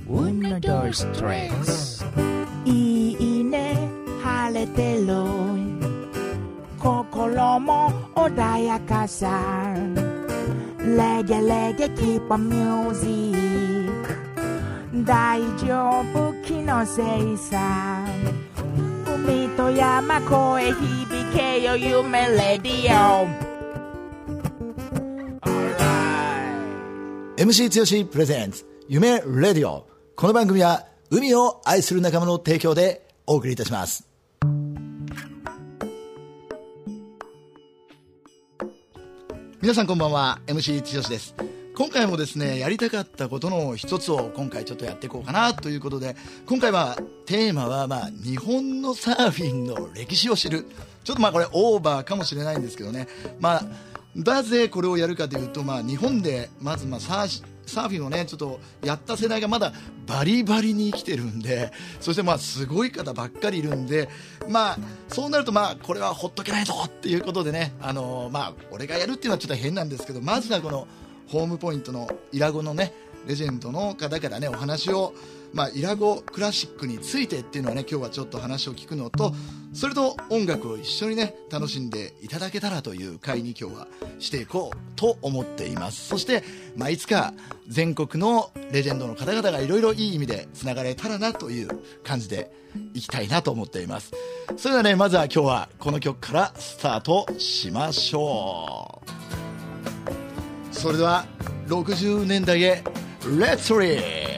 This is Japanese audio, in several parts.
Uno dos tres いいね晴れてる心も穏やかさレゲレゲキープミュージック大丈夫気のせいさ海と山越え響けよ夢レディオ MC 剛プレゼンツ夢レディオ。この番組は海を愛する仲間の提供でお送りいたします。皆さんこんばんは、 MC 剛です。今回もですね、やりたかったことの一つを今回ちょっとやっていこうかなということで、今回はテーマは日本のサーフィンの歴史を知る。ちょっとこれオーバーかもしれないんですけどね、なぜこれをやるかというと、日本でまずサーフィンをねちょっとやった世代がまだバリバリに生きてるんで、そしてすごい方ばっかりいるんで、そうなるとこれはほっとけないぞっていうことでね、俺がやるっていうのはちょっと変なんですけど、まずはこのホームポイントのイラゴのねレジェンドの方からねお話を、イラゴクラシックについてっていうのはね今日はちょっと話を聞くのと、それと音楽を一緒にね楽しんでいただけたらという回に今日はしていこうと思っています。そして、いつか全国のレジェンドの方々がいろいろいい意味でつながれたらなという感じでいきたいなと思っています。それではね、まずは今日はこの曲からスタートしましょう。それでは60年代へレッツリー。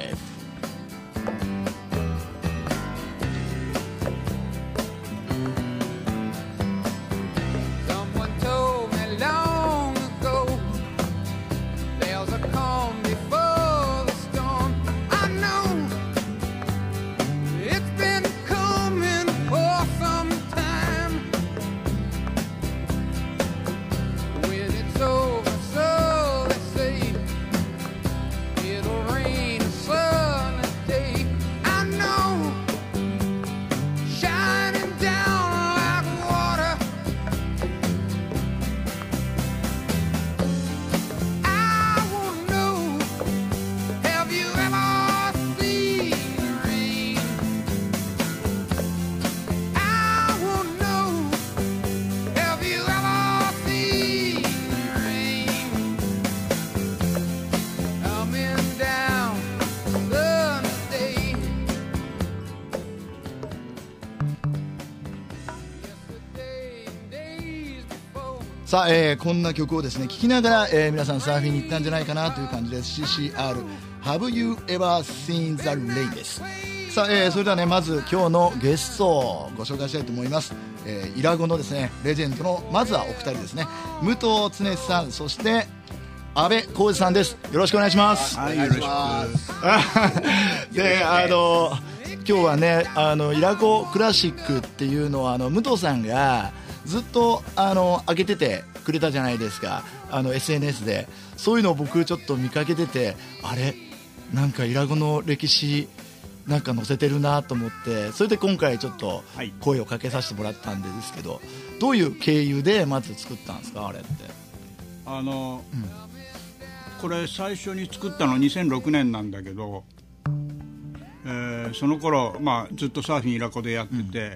さあ、こんな曲をですね聴きながら、皆さんサーフィンに行ったんじゃないかなという感じです。 CCR Have You Ever Seen the Rain です。さあ、それではねまず今日のゲストをご紹介したいと思います。イラゴのですねレジェンドのまずはお二人ですね、武藤常さん、そして安倍浩二さんです。よろしくお願いします。 はい、よろしくで今日はねイラゴクラシックっていうのは武藤さんがずっと上げててくれたじゃないですか、SNS で。そういうのを僕ちょっと見かけてて、あれなんかイラゴの歴史なんか載せてるなと思って、それで今回ちょっと声をかけさせてもらったんですけど、どういう経由でまず作ったんですか、あれって。 これ最初に作ったの2006年なんだけど、その頃、ずっとサーフィンイラゴでやってて、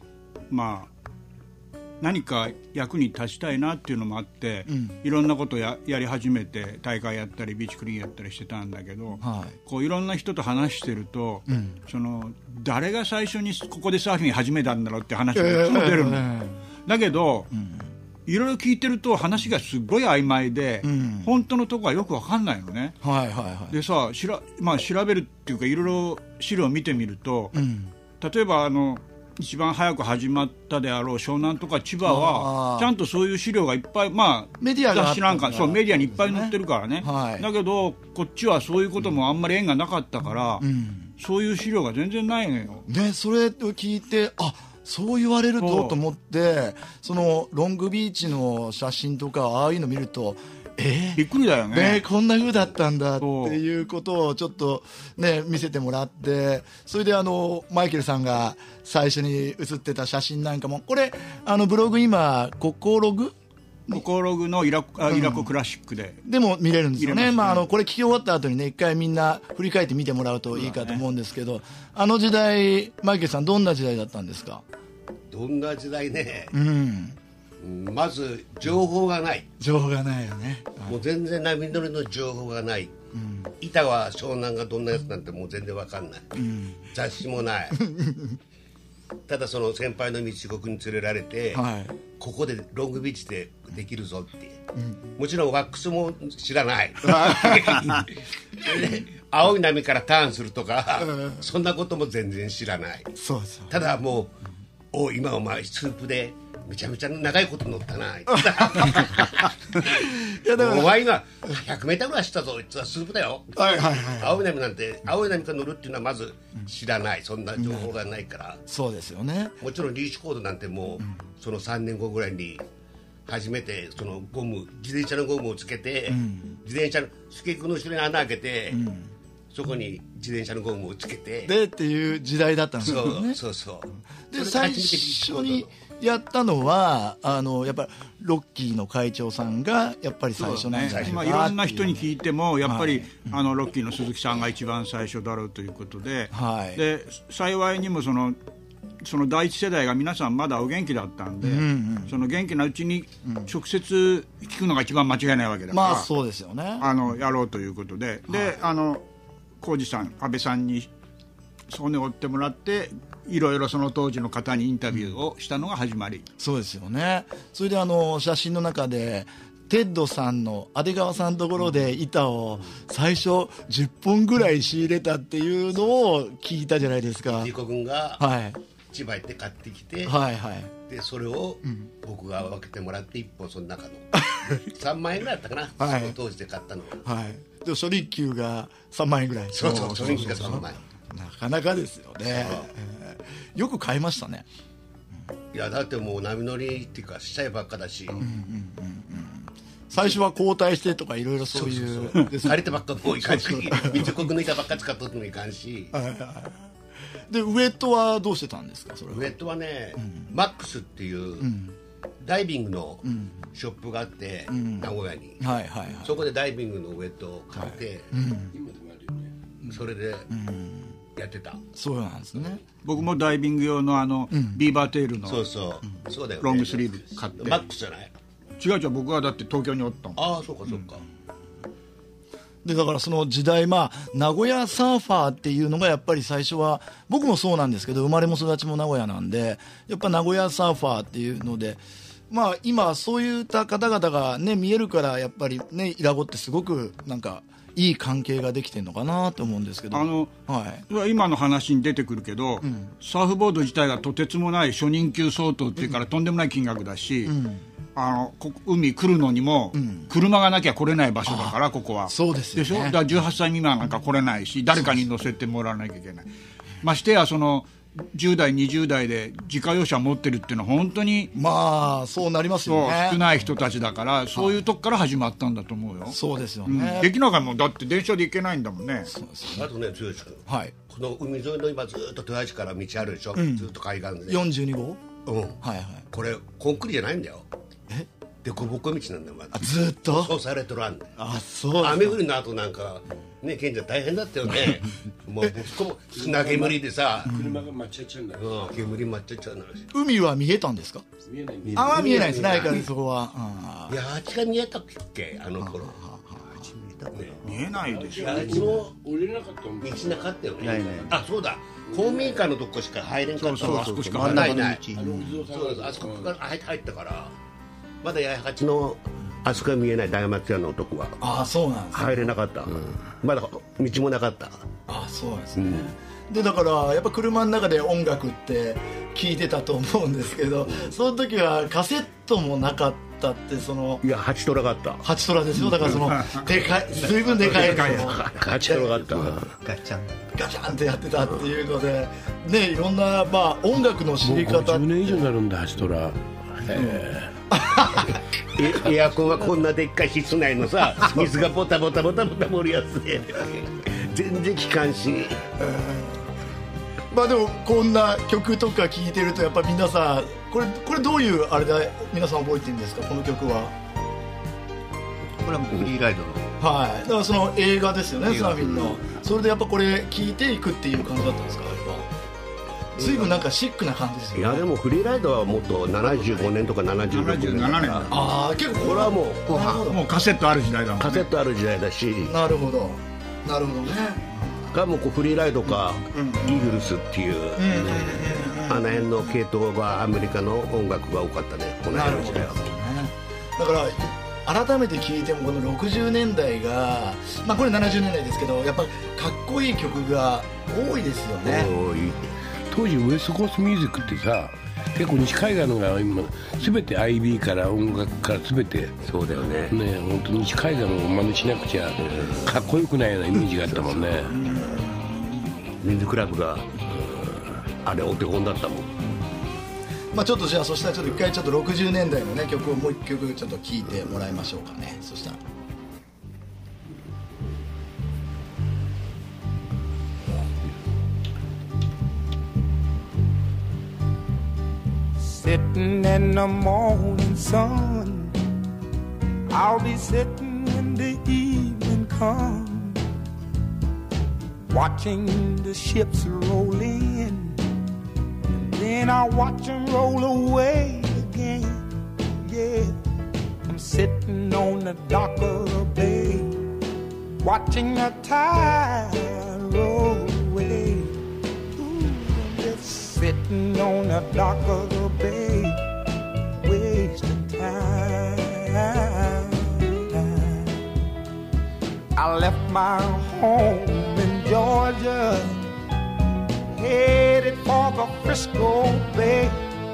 何か役に立ちたいなっていうのもあって、いろんなことを やり始めて、大会やったりビーチクリーンやったりしてたんだけど、こういろんな人と話してると、誰が最初にここでサーフィン始めたんだろうって話がいつも出るの、だけど、いろいろ聞いてると話がすごい曖昧で、本当のとこはよく分かんないのね。でさ、調べるっていうかいろいろ資料を見てみると、例えば一番早く始まったであろう湘南とか千葉はちゃんとそういう資料がいっぱい、 メディアが雑誌なんかそうメディアにいっぱい載ってるからね、だけどこっちはそういうこともあんまり縁がなかったから、そういう資料が全然ないのよ。 ね、それを聞いて、そう言われると思って、そのロングビーチの写真とかああいうの見ると、 びっくりだよね。 こんな風だったんだっていうことをちょっとね見せてもらって、それでマイケルさんが最初に写ってた写真なんかも、これブログ今ココログココログのイラコクラシックで、 でも見れるんですよね。これ聞き終わった後にね、一回みんな振り返って見てもらうといいかと思うんですけど、あの時代マイケルさんどんな時代だったんですか？ どんな時代ね、まず情報がない。 情報がないよね。 もう全然波乗りの情報がない。板は湘南がどんなやつなんてもう全然わかんない。雑誌もない。ただその先輩の道国に連れられて、ここでロングビーチでできるぞって、もちろんワックスも知らない青い波からターンするとか、そんなことも全然知らない。 そうですよ。 ただもう今お前スープでめちゃめちゃ長いこと乗ったな。いやだからお前が100メーターぐらいしたぞ、実はスープだよ。青い波なんて、青い波から乗るっていうのはまず知らない。そんな情報がないから。 そうですよね。 もちろんリーチコードなんてもう、その3年後ぐらいに初めてそのゴム、自転車のゴムをつけて、自転車のスケークの後ろに穴開けて、そこに自転車のゴムをつけてでっていう時代だったんですよね。 そうで最初にやったのはやっぱりロッキーの会長さんがやっぱり最初なんじゃないかなっていう。 いろんな人に聞いてもやっぱり、ロッキーの鈴木さんが一番最初だろうということで、で幸いにもその第一世代が皆さんまだお元気だったんで、その元気なうちに直接聞くのが一番間違いないわけだから、 そうですよね。 やろうということで、で浩二さん、安倍さんに骨を折ってもらって、いろいろその当時の方にインタビューをしたのが始まり。 そうですよね。それで写真の中でテッドさんの阿出川さんのところで板を最初10本ぐらい仕入れたっていうのを聞いたじゃないですか。 リコ君が千葉行って買ってきて、でそれを僕が分けてもらって1本その中の3万円ぐらいだったかな、その当時で買ったのは。 で初任給が3万円ぐらい。 そう初任給が3万円。 なかなかですよね。よく買いましたね。 いやだってもう波乗りっていうかしちゃいばっかだし、 最初は交代してとかいろいろそういう借りてばっかもいかんし、水国の板ばっか使っとってもいかんし。 でウエットはどうしてたんですか？それはウエットはね、マックスっていうダイビングのショップがあって、名古屋に、そこでダイビングのウエットを買って、それでやってた。 そうなんですね。 僕もダイビング用のビーバーテールのそうだよね、 ロングスリーブ買って。 マックスじゃない？ 違う僕はだって東京におったもん。 ああそうかそうか。 でだからその時代、名古屋サーファーっていうのがやっぱり最初は、僕もそうなんですけど生まれも育ちも名古屋なんで、やっぱ名古屋サーファーっていうので、今そういった方々がね見えるから、やっぱりね伊良湖ってすごくなんかいい関係ができてるのかなと思うんですけど、 今の話に出てくるけど、サーフボード自体がとてつもない初任給相当っていうからとんでもない金額だし、海来るのにも、車がなきゃ来れない場所だから、ここは。 そうですよね。 でしょ？だから18歳未満なんか来れないし、誰かに乗せてもらわなきゃいけない。ましてやその10代20代で自家用車持ってるっていうのは本当にそうなりますよね。 少ない人たちだから、そういうとこから始まったんだと思うよ。 そうですよね。 できなかったもん、だって電車で行けないんだもんね。 あとね、剛君、この海沿いの今ずっと豊橋から道あるでしょ、ずっと海岸で 42号、 これコンクリじゃないんだよ。でこぼこ道なんだよ、まだずっとそうされとるんだ。 そう雨降りの後なんかね、賢者大変だったよね。もう息子も砂煙でさ、 車が抹っちゃっちゃうんだよ。 煙抹っちゃっちゃうな。 海は見えたんですか？ 見えない。 見えないですね、からそこは。 いや、あっちが見えたっけ、あの頃。 見えないでしょ。 あっちも降りれなかったもん。 道なかったよね。そうだ、公民館のとこしか入れんかった。 あそこしか入れない。 あそこから入ったから、まだ八重八のあそこが見えない大松屋の男はそうなんですね。 入れなかった。まだ道もなかった。 そうなんですね。でだからやっぱ車の中で音楽って聴いてたと思うんですけど、その時はカセットもなかったって、 いや8トラがあった。 8トラですよ。だからそのでかい、随分でかい 8トラがあった。 ガチャンってやってたっていうのでね、いろんな音楽の知り方ってもう50年以上になるんだ、8トラ。 エアコンはこんなでっかい室内のさ、水がボタボタボタボタ漏るやつで全然効かんし、 でもこんな曲とか聴いてるとやっぱ皆さんこれどういうあれで皆さん覚えてるんですか、この曲は。 これはもうフリーライドの、 はい、だからその映画ですよね、サーフィンの。それでやっぱこれ聴いていくっていう感じだったんですか。随分なんかシックな感じですよね。 いやでもフリーライドはもっと75年とか76年だから、 ああ結構これはもうカセットある時代だもんね。 カセットある時代だし、 なるほどなるほどね。 がもうフリーライドか、イーグルスっていう、あの辺の系統がアメリカの音楽が多かったね、この辺の時代は。 だから改めて聴いてもこの60年代が、まあこれ70年代ですけど、やっぱかっこいい曲が多いですよね。 当時ウエストコーストミュージックってさ、結構西海岸のが今全て IB から音楽から全てそうだよね。 ね、本当に西海岸の真似しなくちゃかっこよくないようなイメージがあったもんね。 ミンズクラブがあれお手本だったもん。 まあちょっとじゃあそしたらちょっと一回ちょっと60年代のね曲をもう一曲ちょっと聴いてもらいましょうかね。そしたら Sitting in the morning sun, I'll be sitting when the evening comes, watching the ships roll in, and then I'll watch them roll away again. Yeah, I'm sitting on the dock of the bay, watching the tide roll away. Sitting on the dock of the bay, wasting time. I left my home in Georgia, headed for the Frisco Bay,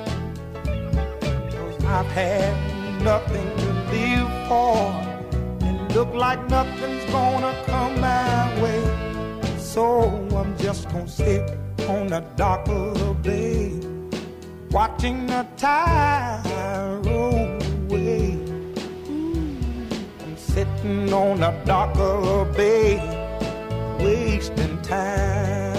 'cause I've had nothing to live for, and look like nothing's gonna come my way. So I'm just gonna sit on the dock of the bay, watching the tide roll away. I'm sitting on the dock of the bay, wasting time.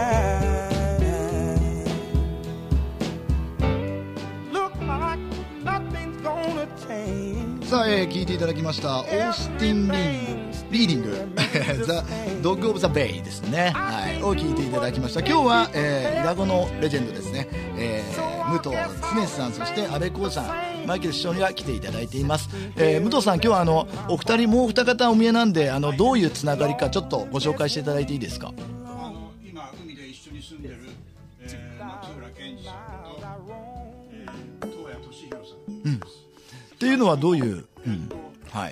Look like nothing's gonna change. さあ、聴いていただきましたオースティン・リーディングザ・ドッグ・オブ・ザ・ベイですね、はい、を聴いていただきました。今日は、イラゴのレジェンドですね、武藤常さん、そして安倍光さん、マイケル師匠には来ていただいています。武藤さん、今日はお二人もう二方お見えなんで、どういうつながりかちょっとご紹介していただいていいですか。 今海で一緒に住んでる、松浦健二さんと、東谷俊弘さん、 っていうのはどういう、はい、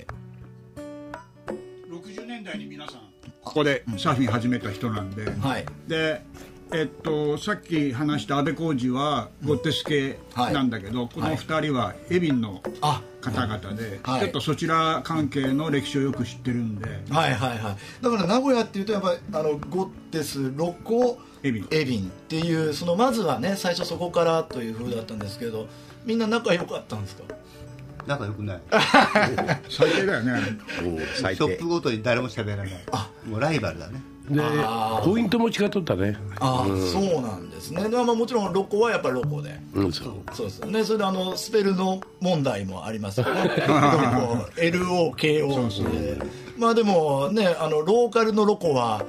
60年代に皆さんここでサーフィン始めた人なんで、 はい、 でさっき話した安倍浩二はゴッテス系なんだけど、この2人はエビンの方々で、ちょっとそちら関係の歴史をよく知ってるんで、 はいはいはい、だから名古屋っていうとやっぱりゴッテス、ロコ、エビンっていう、そのまずはね最初そこからという風だったんですけど、みんな仲良かったんですか。 仲良くない最低だよねショップごとに誰も喋らない、もうライバルだね。 でポイントも違っとったね。 そうなんですね。まあ、もちろんロコはやっぱりロコで、そうですよね。それでスペルの問題もありますよねLOKO で、まあでもね、ローカルのロコは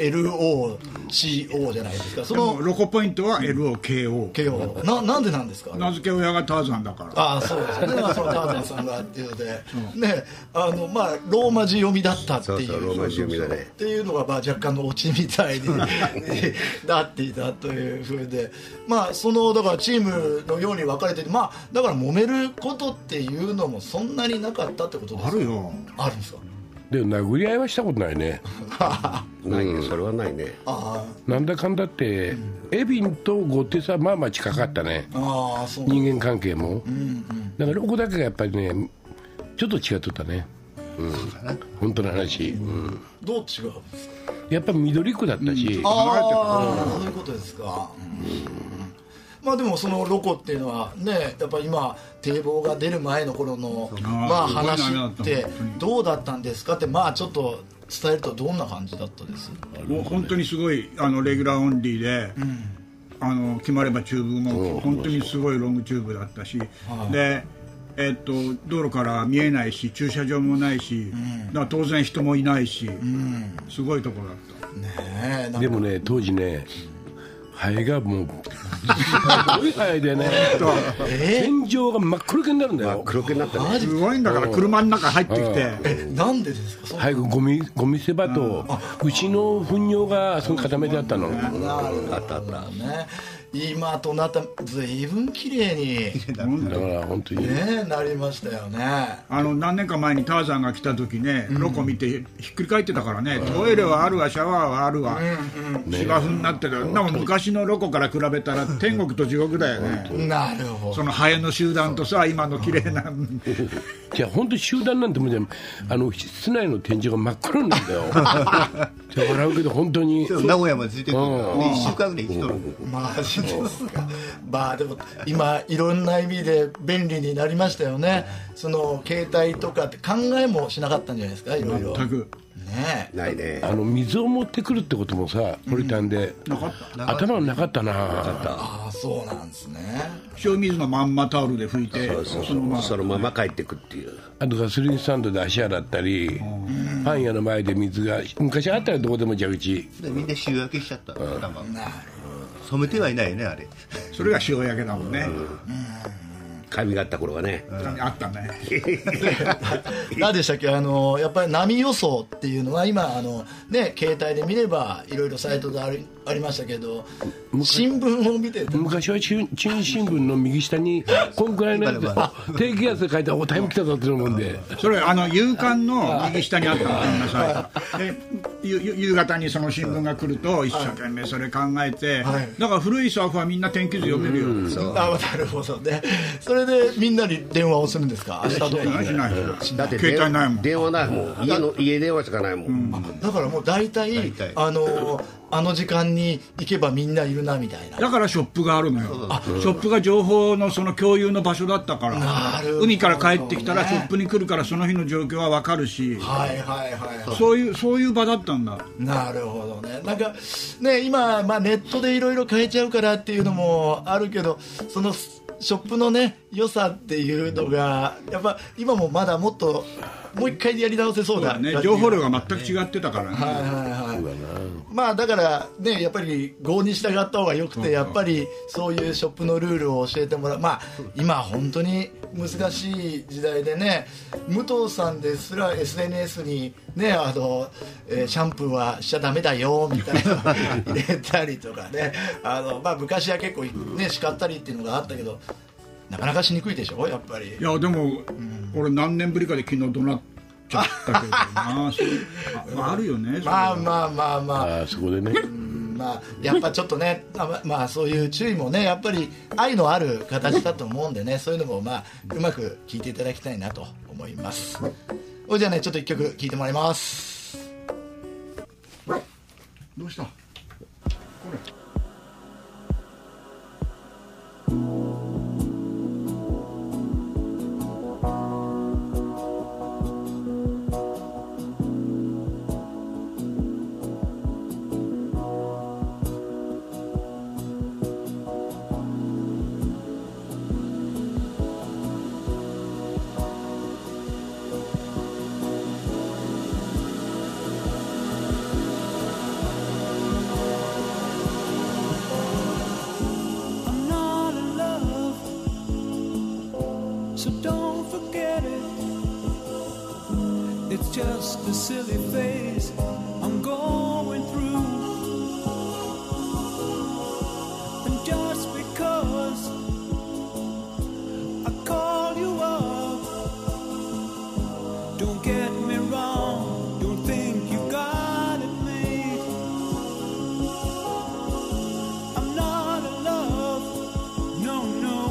LOCO じゃないですか。そのロコポイントは LOKO。 なんでなんですか。 名付け親がターザンだから。 そうですね。そのターザンさんがっていうのでね、まあローマ字読みだったっていう、 ローマ字読みだねっていうのがまあ若干のオチみたいになっていたというふうで、まあだからチームのように分かれてて、まあだから揉めることっていうのもそんなになかったってことですか。 あるよ。 あるんですか。 でも殴り合いはしたことないねないね、それはないね。 なんだかんだって、エビンとゴッテスはまあまあ近かったね。 そう人間関係も、だからロコだけがやっぱりねちょっと違っとったね、本当の話、 どう違うんですか。 やっぱ緑区だったし、 そういうことですか。まあでもそのロコっていうのはね、やっぱり今堤防が出る前の頃のまあ話ってどうだったんですかって、まあちょっと伝えるとどんな感じだったです。 もう本当にすごいレギュラーオンリーで、 決まればチューブも本当にすごいロングチューブだったし、で道路から見えないし駐車場もないし、だから当然人もいないし、すごいところだった。 でもね当時ねハエがもうすごいハエでね天井が真っ黒けになるんだよ。 真っ黒けになったね。 すごいんだから車の中入ってきて。 なんでですか。 早くゴミ捨て場と牛の糞尿がその固めてあったの。 あったね。今となったらずいぶん綺麗にだから本当にねなりましたよね。 何年か前にターザンが来た時ね、ロコ見てひっくり返ってたからね、トイレはあるわシャワーはあるわ、芝生になってる。でも昔のロコから比べたら天国と地獄だよね。 なるほど。 そのハエの集団とさ今の綺麗なじゃあ本当に集団なんてもう室内の天井が真っ黒なんだよ笑うけど本当に名古屋までついてくるから1週間ぐらい生きとる。 マジですか。まあでも今いろんな意味で便利になりましたよね。その携帯とかって考えもしなかったんじゃないですか。いろいろ全くねないね。 水を持ってくるってこともさポリタンで頭がなかったな。 ああそうなんですね。 塩水のまんまタオルで拭いてそのまま帰ってくっていう。 あとガソリンスタンドで足洗ったりパン屋の前で水が昔あったらどこでも蛇口でみんな塩焼けしちゃった。染めてはいないよねあれ。 それが塩焼けだもんね。 髪があった頃はね、 あったね何でしたっけ。やっぱり波予想っていうのは今ね携帯で見ればいろいろサイトでありましたけど、新聞を見て昔は中日新聞の右下にこんくらいのやつ低気圧で書いたらタイム来たぞっていうもんで、 それ夕刊の右下にあったのみんなさで夕方にその新聞が来ると一生懸命それ考えて、だから古いサーフはみんな天気図読めるよ。 なるほどね。それでみんなに電話をするんですか。明日どうしないだって携帯ないもん。 電話ないもん。家電話しかないもん。 だからもう大体あの時間に行けばみんないるなみたいな。 だからショップがあるのよ。ショップが情報のその共有の場所だったから、海から帰ってきたらショップに来るからその日の状況は分かるし、そういう場だったんだ。 なるほどね。なんかね今ネットでいろいろ買えちゃうからっていうのもあるけど、そのショップのね良さっていうのがやっぱ今もまだもっともう一回やり直せそうだね。情報量が全く違ってたからね。 まあだからねやっぱり合に従った方がよくて、やっぱりそういうショップのルールを教えてもらう。まあ今本当に難しい時代でね、武藤さんですら SNS にねシャンプーはしちゃダメだよみたいなの入れたりとかね昔は結構ね叱ったりっていうのがあったけど、なかなかしにくいでしょやっぱり。 いやでも、俺何年ぶりかで昨日怒鳴っちゃったけどなあるよね。 まあそこでねやっぱちょっとねそういう注意もねやっぱり愛のある形だと思うんでね、そういうのもうまく聞いていただきたいなと思います。じゃあねちょっと一曲聴いてもらいます。 どうしたこれ。 So don't forget it. It's just a silly phase I'm going through. And just because I call you up, don't get me wrong, don't think you got it made. I'm not in love, no, no.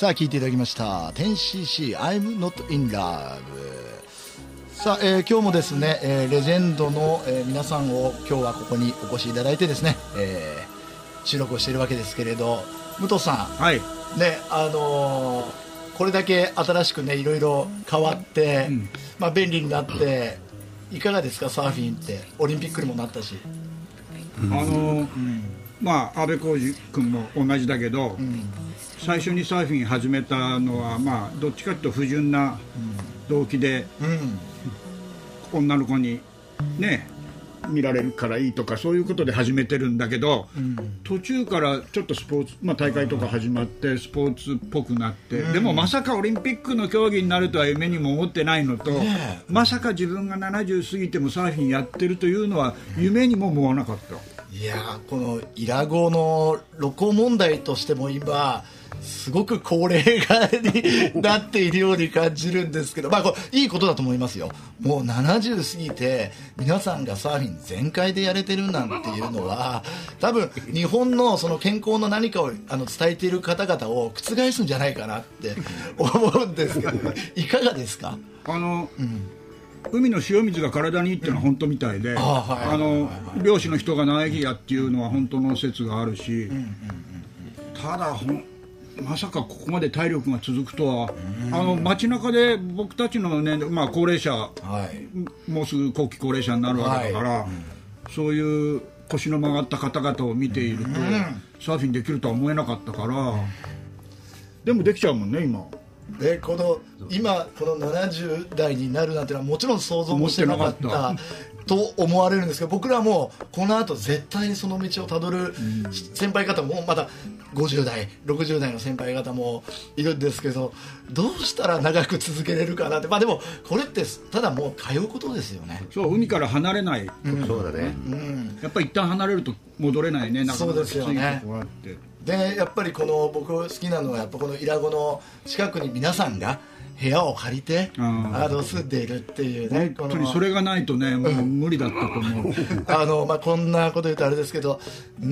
さあ聴いていただきました 10cc I'm Not in Love。 さあ、今日もですね、レジェンドの、皆さんを今日はここにお越しいただいてですね、収録をしているわけですけれど、武藤さん、 はいね、これだけ新しくねいろいろ変わって、まあ、便利になっていかがですか、サーフィンってオリンピックにもなったし。 まあ安倍浩二君も同じだけど、最初にサーフィン始めたのは、まあどっちかというと不純な動機で、女の子にね見られるからいいとかそういうことで始めてるんだけど、途中からちょっとスポーツ、まあ、大会とか始まってスポーツっぽくなって、でもまさかオリンピックの競技になるとは夢にも思ってないのと、まさか自分が70過ぎてもサーフィンやってるというのは夢にも思わなかった。 いやこの伊良湖の露光問題としても今すごく高齢化になっているように感じるんですけど、まあこれいいことだと思いますよ。もう70過ぎて皆さんがサーフィン全開でやれてるなんていうのは多分日本のその健康の何かを伝えている方々を覆すんじゃないかなって思うんですけどいかがですか。 海の塩水が体にいいっていうのは本当みたいで、漁師の人が苗木やっていうのは本当の説があるし、ただまさかここまで体力が続くとは、街中で僕たちのね、まあ、高齢者、もうすぐ後期高齢者になるわけだから、そういう腰の曲がった方々を見ていると、サーフィンできるとは思えなかったから、でもできちゃうもんね今。 で今この70代になるなんてのはもちろん想像もしてなかったと思われるんですけど、僕らもこの後絶対にその道をたどる先輩方もまた50代60代の先輩方もいるんですけど、どうしたら長く続けれるかなって。まあでもこれってただもう通うことですよね。 そう、海から離れない、 そうだね、 やっぱり一旦離れると戻れないね。なんかそうですよね。 きついとこがあって、 でやっぱりこの僕好きなのはやっぱこの伊良湖の近くに皆さんが部屋を借りて住んでいるっていうね。 本当にそれがないとねもう無理だったと思うまあ、こんなこと言うとあれですけど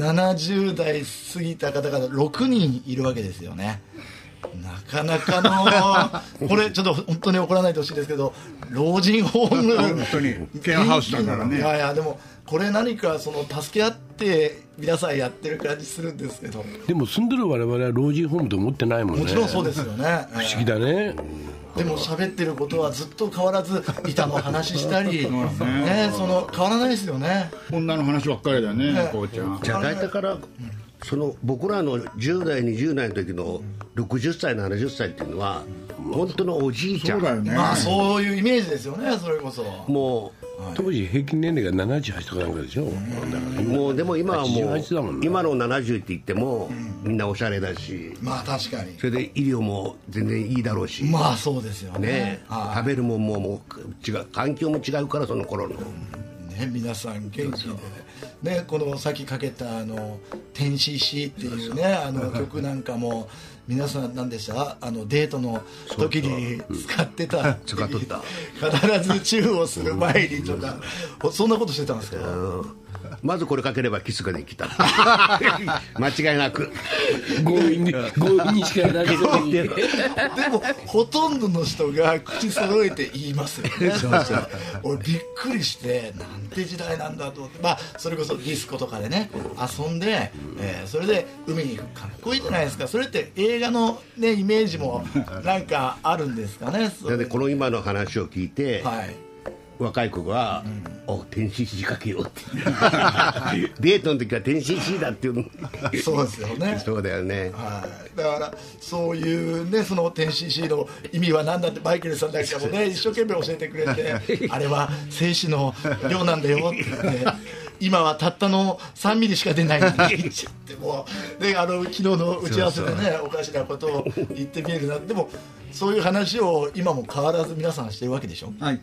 70代過ぎた方々6人いるわけですよね。なかなかのこれちょっと本当に怒らないでほしいですけど老人ホーム本当にケアハウスだからね。 いやでもこれ何かその助け合って皆さんやってる感じするんですけど、 でも住んでる我々は老人ホームと思ってないもんね。 もちろんそうですよね。 不思議だね。 でも喋ってることはずっと変わらず板の話したりその変わらないですよね。 女の話ばっかりだよね、こうちゃん。 じゃあ大体からその僕らの10代20代の時の60歳70歳っていうのは本当のおじいちゃん。 そうだよね。 まあそういうイメージですよね。それこそもう当時平均年齢が78とかなんかでしょ。 もうでも今はも 88だもんね。 う今の70って言ってもみんなおしゃれだし、 まあ確かにそれで医療も全然いいだろうし、 まあそうですよね。 食べるもんも違う、環境も違うからその頃の皆さん元気でね、このさっきかけた10cc っていうね曲なんかも皆さん何でしたデートの時に使ってた使っとった必ずチューをする前にとかそんなことしてたんですか。 まずこれかければキスができた間違いなく強引にしかやられないでもほとんどの人が口揃えて言いますよね。俺びっくりしてなんて時代なんだと思って、まあそれこそディスコとかでね遊んで、それで海に行くかっこいいじゃないですか。それって映画のねイメージもなんかあるんですかね。 だってこの今の話を聞いて、 はい若い子が「お10cc かけよう」ってデートの時は 10cc だっていうそうですよね。 そうだよね。 だからそういうねその 10cc の意味は何だってマイケルさんなんかもね一生懸命教えてくれてあれは精子の量なんだよって言って今はたったの3ミリしか出ないって言っちゃってもで昨日の打ち合わせでねおかしなことを言ってみえるな。でもそういう話を今も変わらず皆さんしてるわけでしょ。 はい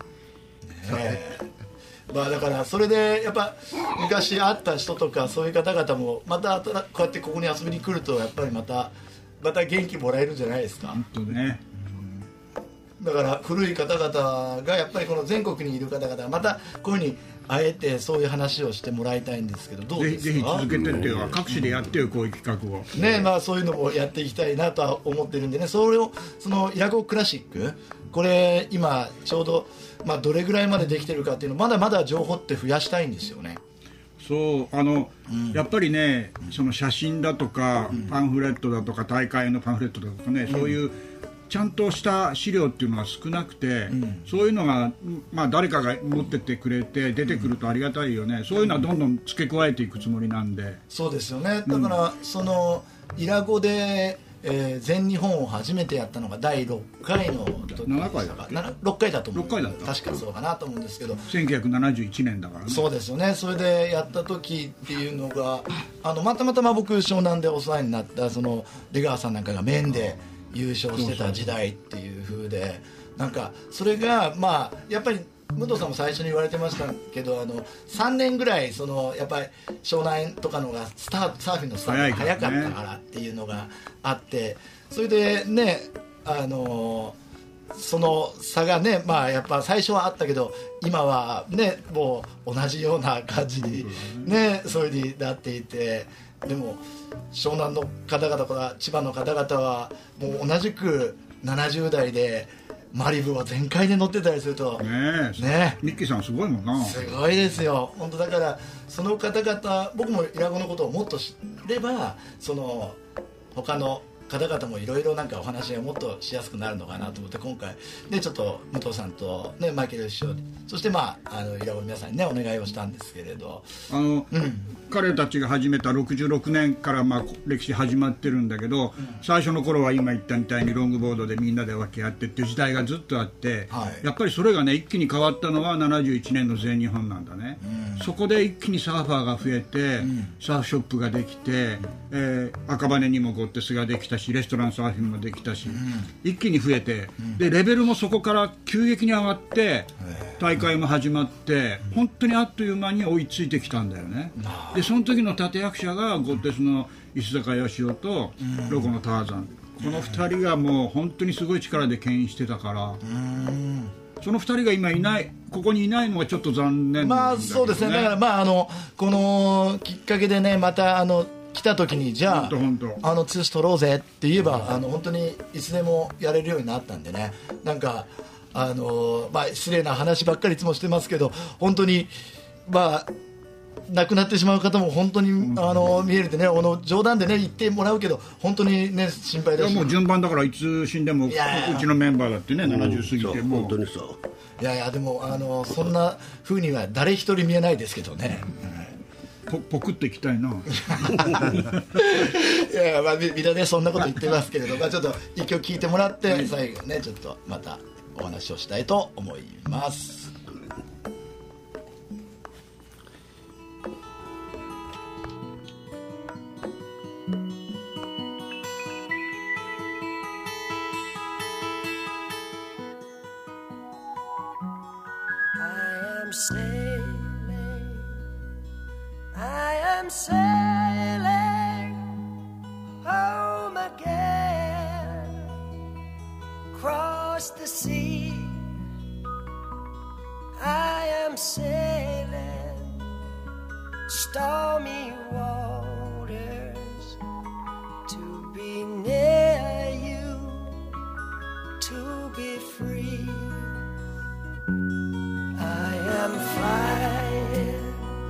まあだからそれでやっぱ昔会った人とかそういう方々もまたこうやってここに遊びに来るとやっぱりまた元気もらえるんじゃないですか。 本当ね。 だから古い方々がやっぱりこの全国にいる方々がまたこういうふうにあえてそういう話をしてもらいたいんですけど、どうですか？ ぜひ続けてっていうか、各地でやってよ、こういう企画をね。まあそういうのもやっていきたいなとは思ってるんでね、それをそのイラゴクラシック、これ今ちょうど、まあ、どれぐらいまでできてるかっていうのまだまだ情報って増やしたいんですよね。 そうやっぱりね、その写真だとか、パンフレットだとか、大会のパンフレットだとかね、そういうちゃんとした資料っていうのが少なくて、そういうのが、まあ、誰かが持ってってくれて出てくるとありがたいよね。そういうのはどんどん付け加えていくつもりなんで。 そうですよね。だから、そのイラゴで、全日本を初めてやったのが第6回の時 7回だっけ 6回だと思う。 6回だった。 確かそうかなと思うんですけど、 1971年だからね。 そうですよね。それでやった時っていうのがまたま僕湘南でお世話になったその出川さんなんかが面で優勝してた時代っていう風で、なんかそれがまあやっぱり武藤さんも最初に言われてましたけど、3年ぐらいそのやっぱり湘南とかのがサーフィンのスタートが早かったからっていうのがあって、それでねその差がね、まあやっぱ最初はあったけど今はねもう同じような感じにねそういう風になっていて、でも湘南の方々から千葉の方々はもう同じく70代でマリブを全開で乗ってたりするとね、ミッキーさんすごいもんな。 すごいですよ本当。だからその方々、僕もイラゴのことをもっと知ればその他の方々もいろいろなんかお話がもっとしやすくなるのかなと思って、今回ねちょっと武藤さんと、ね、マイケル師匠、そしてまあイラゴの皆さんにねお願いをしたんですけれど、 彼たちが始めた66年からまあ歴史始まってるんだけど、最初の頃は今言ったみたいにロングボードでみんなで分け合ってっていう時代がずっとあって、やっぱりそれがね一気に変わったのは71年の全日本なんだね。そこで一気にサーファーが増えて、サーフショップができて、赤羽にもゴッテスができたし、レストランサーフィンもできたし、一気に増えて、でレベルもそこから急激に上がって大会も始まって、本当にあっという間に追いついてきたんだよね。でその時の立役者がゴッテスの石坂義雄とロコのターザン、この2人がもう本当にすごい力で牽引してたから、その2人が今いない、ここにいないのがちょっと残念なんだけどね。 まあそうですね。だからまあこのきっかけでね、また来た時にじゃあツ取ろうぜって言えば本当にいつでもやれるようになったんでね、なんかまあ失礼な話ばっかりいつもしてますけど、本当にまあ亡くなってしまう方も本当に見えるってね、冗談でね言ってもらうけど本当にね心配だし、 いやもう順番だからいつ死んでもうちのメンバーだってね70過ぎてもう本当にそう。 いやでもそんな風には誰一人見えないですけどね。 ポクっていきたいな。 いやまあみんなねそんなこと言ってますけれど、まあちょっと一曲聴いてもらって、最後ねちょっとまたお話をしたいと思います。 I am sailing home again, across the sea. I am sailing stormy waters to be near you, to be free. I am flying,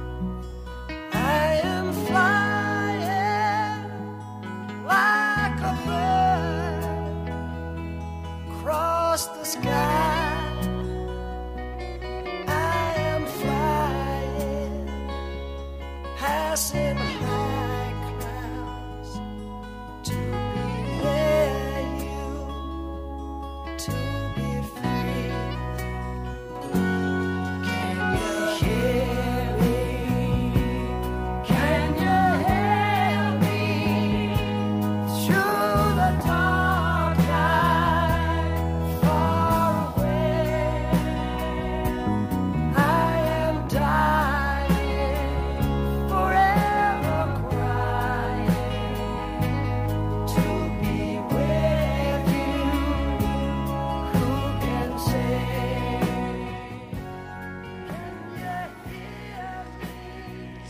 I am flying like a bird across the sky. I am flying, passing high.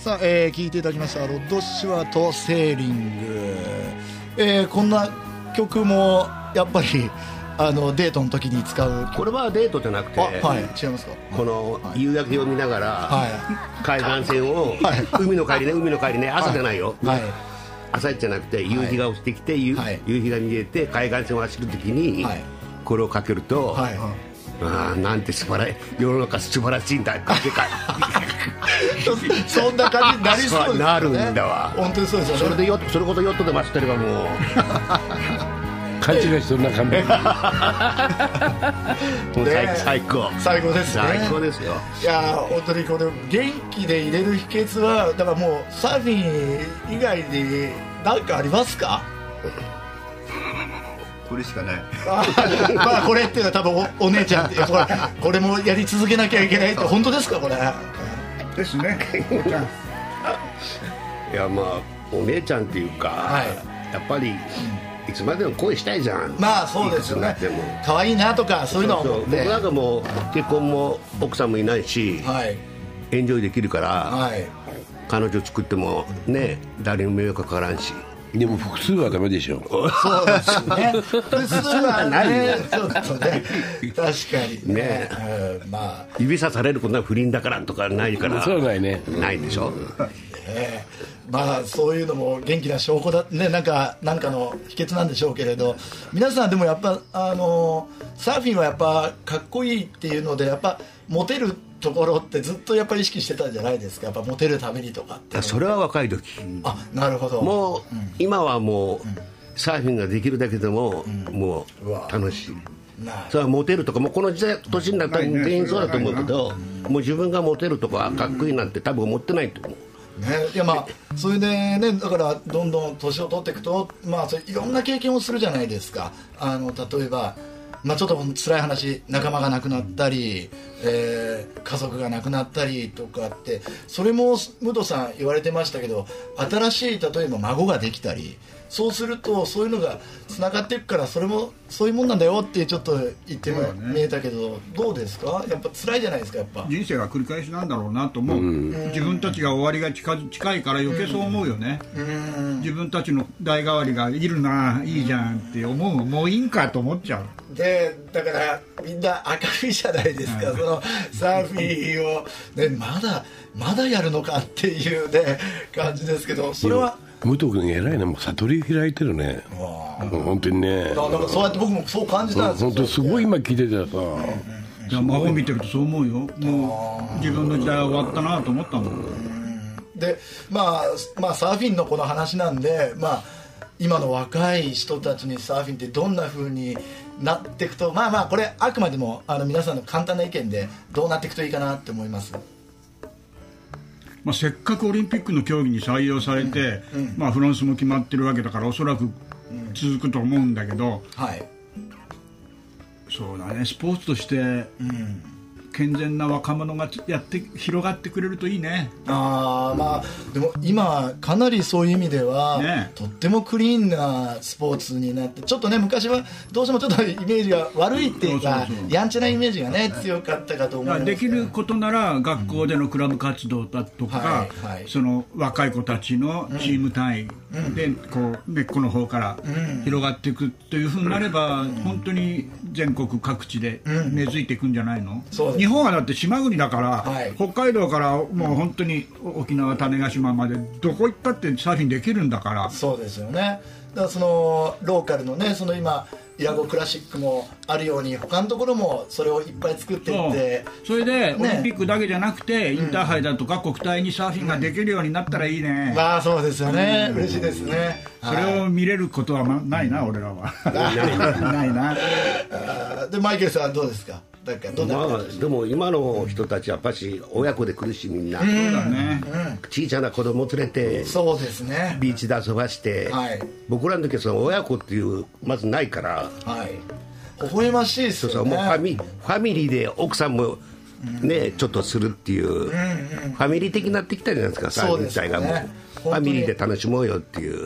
さあ、聞いていただきましたロッド・シュワートセーリング、こんな曲もやっぱりデートの時に使う。 これはデートじゃなくて、 はい、違いますか。 この夕焼けを見ながら、 はい、 海岸線を、はい、海の帰りね、朝じゃないよ、はい、朝じゃなくて夕日が落ちてきて、はい、夕日が見えて海岸線を走る時に、はい、これをかけると、はい、ああなんて世の中素晴らしいんだ世界そんな感じになりそうですね。 なるんだわ。 本当にそうですよね。 それこそヨットで走ってればもう勘違いしそうな感じもう最高ですね。 最高ですよ。 いや本当にこれ元気でいれる秘訣はだからもうサーフィン以外に何かありますか。 これしかない。 まあこれっていうのは多分 お姉ちゃんってこれもやり続けなきゃいけないって本当ですかこれ。 ですね。 いやまあお姉ちゃんっていうか、はい、やっぱり、いつまでも恋したいじゃん。 まあそうですよね。可愛いなとかそういうのを思って。 僕なんかもう結婚も奥さんもいないし、はい、エンジョイできるから、はい、彼女作ってもね誰にも迷惑かからんし。 でも複数はダメでしょ。 そうですね。複数はないよ。そうですね。確かにね。まあ指さされることは不倫だからとかないから。 そうないね。 ないでしょ。 まあそういうのも元気な証拠だね。なんかの秘訣なんでしょうけれど、皆さんでもやっぱサーフィンはやっぱかっこいいっていうのでやっぱモテるところってずっとやっぱり意識してたんじゃないですか。やっぱモテるためにとかって。 それは若い時。 あ、なるほど。 もう、今はもう、サーフィンができるだけでも、もう楽しい。それはモテるとかもうこの年になったら全員そうだと思うけど、もう自分がモテるとかかっこいいなんて多分思ってないと思う。 いやまあそれでね、だからどんどん年を取っていくと、まあそれいろんな経験をするじゃないですか。例えばまあ、ちょっと辛い話、仲間が亡くなったり、家族が亡くなったりとかって、それも武藤さん言われてましたけど、新しい例えば孫ができたり、そうするとそういうのがつながっていくから、それもそういうもんなんだよってちょっと言って見えたけど、どうですか。やっぱ辛いじゃないですか。やっぱ人生は繰り返しなんだろうなと思う。自分たちが終わりが近いから余計そう思うよね。自分たちの代替わりがいるな、いいじゃんって思う。もういいんかと思っちゃう。 でだからみんな明るいじゃないですか、そのサーフィンを、ね、まだやるのかっていう、ね、感じですけど、それは武藤君偉いね。もう悟り開いてるね。本当にね。 だからそうやって僕もそう感じたんですよ。 本当すごい今聞いてたらさ、 孫見てるとそう思うよ。もう自分の時代は終わったなと思ったもん。 でまあサーフィンのこの話なんで、まあ今の若い人たちにサーフィンってどんな風になっていくと、まあこれあくまでも皆さんの簡単な意見でどうなっていくといいかなって思います。 まあ、せっかくオリンピックの競技に採用されて、まあ、フランスも決まってるわけだからおそらく続くと思うんだけど、はい、そうだね、スポーツとして、健全な若者が広がってくれるといいね。まあでも今かなりそういう意味では、ね、とってもクリーンなスポーツになって、ちょっとね昔はどうしてもちょっとイメージが悪いっていうか、やんちゃなイメージがね強かったかと思います。 できることなら学校でのクラブ活動だとか、その若い子たちのチーム単位でこう根っこの方から広がっていくというふうになれば、本当に全国各地で根付いていくんじゃないの。日本はだって島国だから、北海道からもう本当に沖縄種子島までどこ行ったってサーフィンできるんだから。 そうですよね。だからそのローカルのね、その今イラゴクラシックもあるように他のところもそれをいっぱい作っていって、 それでオリンピックだけじゃなくて、インターハイだとか国体にサーフィンができるようになったらいいね。 まあそうですよね、嬉しいですね。 それを見れることはないな、俺らは。ないな。 でマイケルさんどうですか。 でも今の人たちやっぱし親子で来るし、みんな、そうだね、小さな子供連れてそうですね、 ビーチで遊ばして、僕らの時はその親子っていうまずないから、 微笑ましいですよね。 もうファミリーで奥さんもねちょっとするっていう、ファミリー的になってきたじゃないですか、サーフィン自体がもうファミリーで楽しもうよっていう。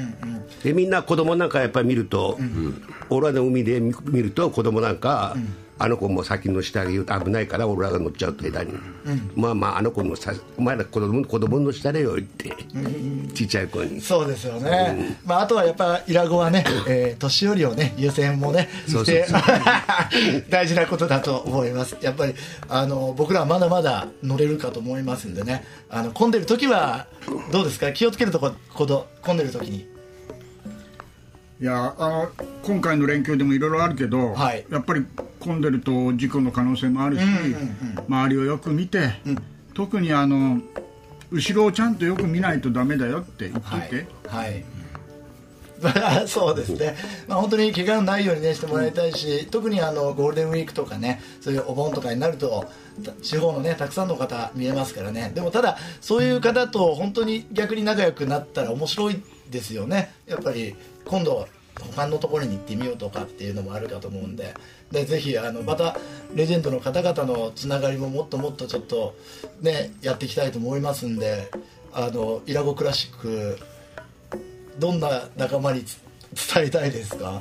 でみんな子供なんかやっぱり見ると、俺らの海で見ると子供なんか、 あの子も先に乗せてあげようと危ないから俺らが乗っちゃうと枝に、まあまああの子のお前ら子供乗せたれよって、ちっちゃい子に。 そうですよね、まあ、あとはやっぱイラゴはね、年寄りをね優先もねして大事なことだと思います。やっぱり僕らはまだまだ乗れるかと思いますんでね、混んでる時はどうですか、気をつけるとこ混んでる時に。 いや今回の連休でもいろいろあるけど、はい、やっぱり混んでると事故の可能性もあるし、周りをよく見て、特に後ろをちゃんとよく見ないとダメだよって言っといて。はい、 はいそうですね、まあ、本当に怪我のないように、ね、してもらいたいし、特にゴールデンウィークとかね、そういうお盆とかになると地方のねたくさんの方見えますからね。でもただそういう方と本当に逆に仲良くなったら面白いですよね。やっぱり今度他のところに行ってみようとかっていうのもあるかと思うんで、ぜひまたレジェンドの方々のつながりももっともっとちょっとねやっていきたいと思いますんで、イラゴクラシックどんな仲間に伝えたいですか？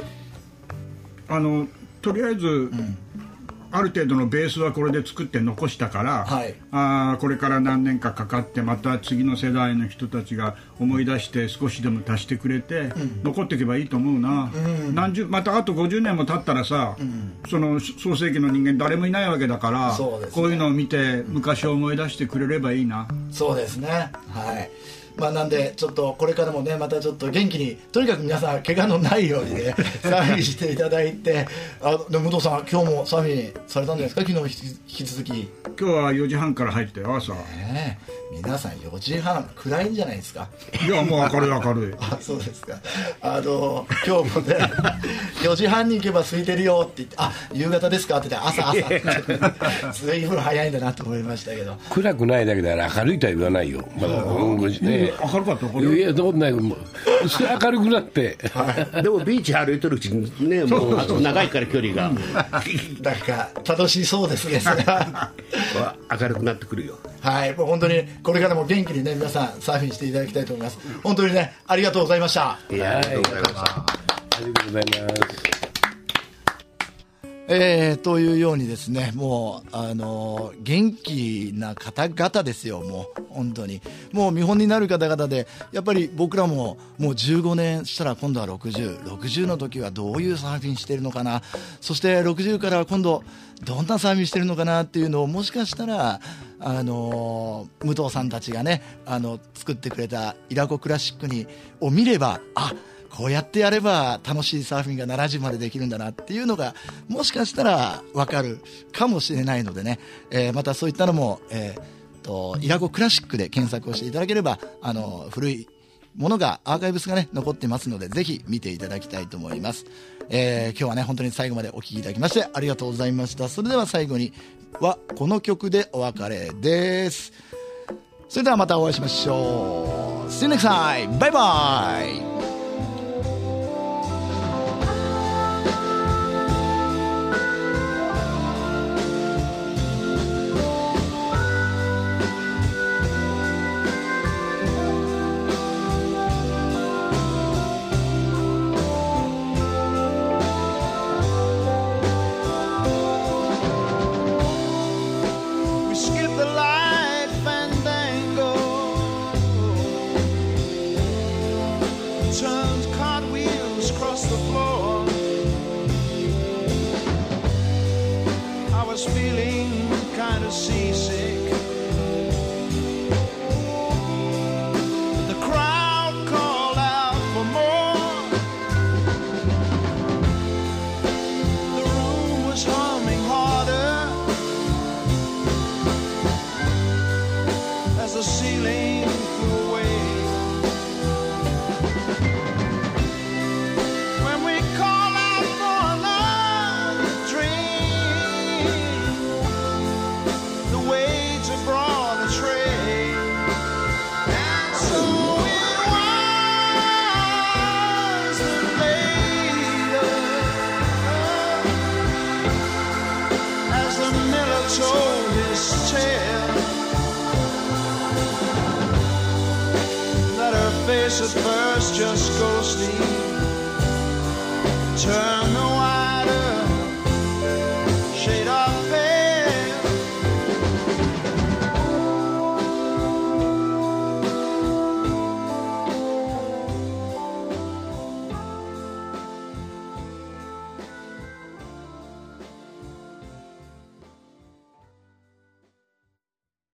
とりあえず、ある程度のベースはこれで作って残したから、はい、これから何年かかかってまた次の世代の人たちが思い出して少しでも足してくれて、残っていけばいいと思うな、またあと50年も経ったらさ、その創世紀の人間誰もいないわけだから、こういうのを見て昔を思い出してくれればいいな。そうですね、はい。まあ、なんでちょっとこれからもねまたちょっと元気にとにかく皆さん怪我のないようにねサーフィンしていただいて、で武藤さん今日もサーフィンされたんじゃないですか？昨日引き続き。今日は4時半から入ってよ朝。皆さん4時半暗いんじゃないですか？いやもう明るい明るいあそうですか。今日もね4時半に行けば空いてるよって言って、夕方ですかって言って朝随分早いんだなと思いましたけど。暗くないだけで明るいとは言わないよまだね。明るかった？いやそんな明るくなってでもビーチ歩いてるうちにねもうあと長いから距離がなんか楽しそうですね明るくなってくるよ。はい、もう本当にこれからも元気にね皆さんサーフィンしていただきたいと思います。本当にねありがとうございました。いやありがとうございました。ありがとうございます。というようにですね、もう元気な方々ですよ。もう本当にもう見本になる方々で、やっぱり僕らももう15年したら今度は60の時はどういうサーフィンしてるのかな、そして60から今度どんなサーフィンしてるのかなっていうのをもしかしたら武藤さんたちがね作ってくれたイラゴクラシックを見れば、こうやってやれば楽しいサーフィンが70までできるんだなっていうのがもしかしたら分かるかもしれないのでね、またそういったのも、イラゴクラシックで検索をしていただければ古いものがアーカイブスがね残ってますのでぜひ見ていただきたいと思います。今日はね本当に最後までお聴きいただきましてありがとうございました。それでは最後にはこの曲でお別れです。それではまたお会いしましょう。 See you next time. バイバイ。At first just go sleep, turn the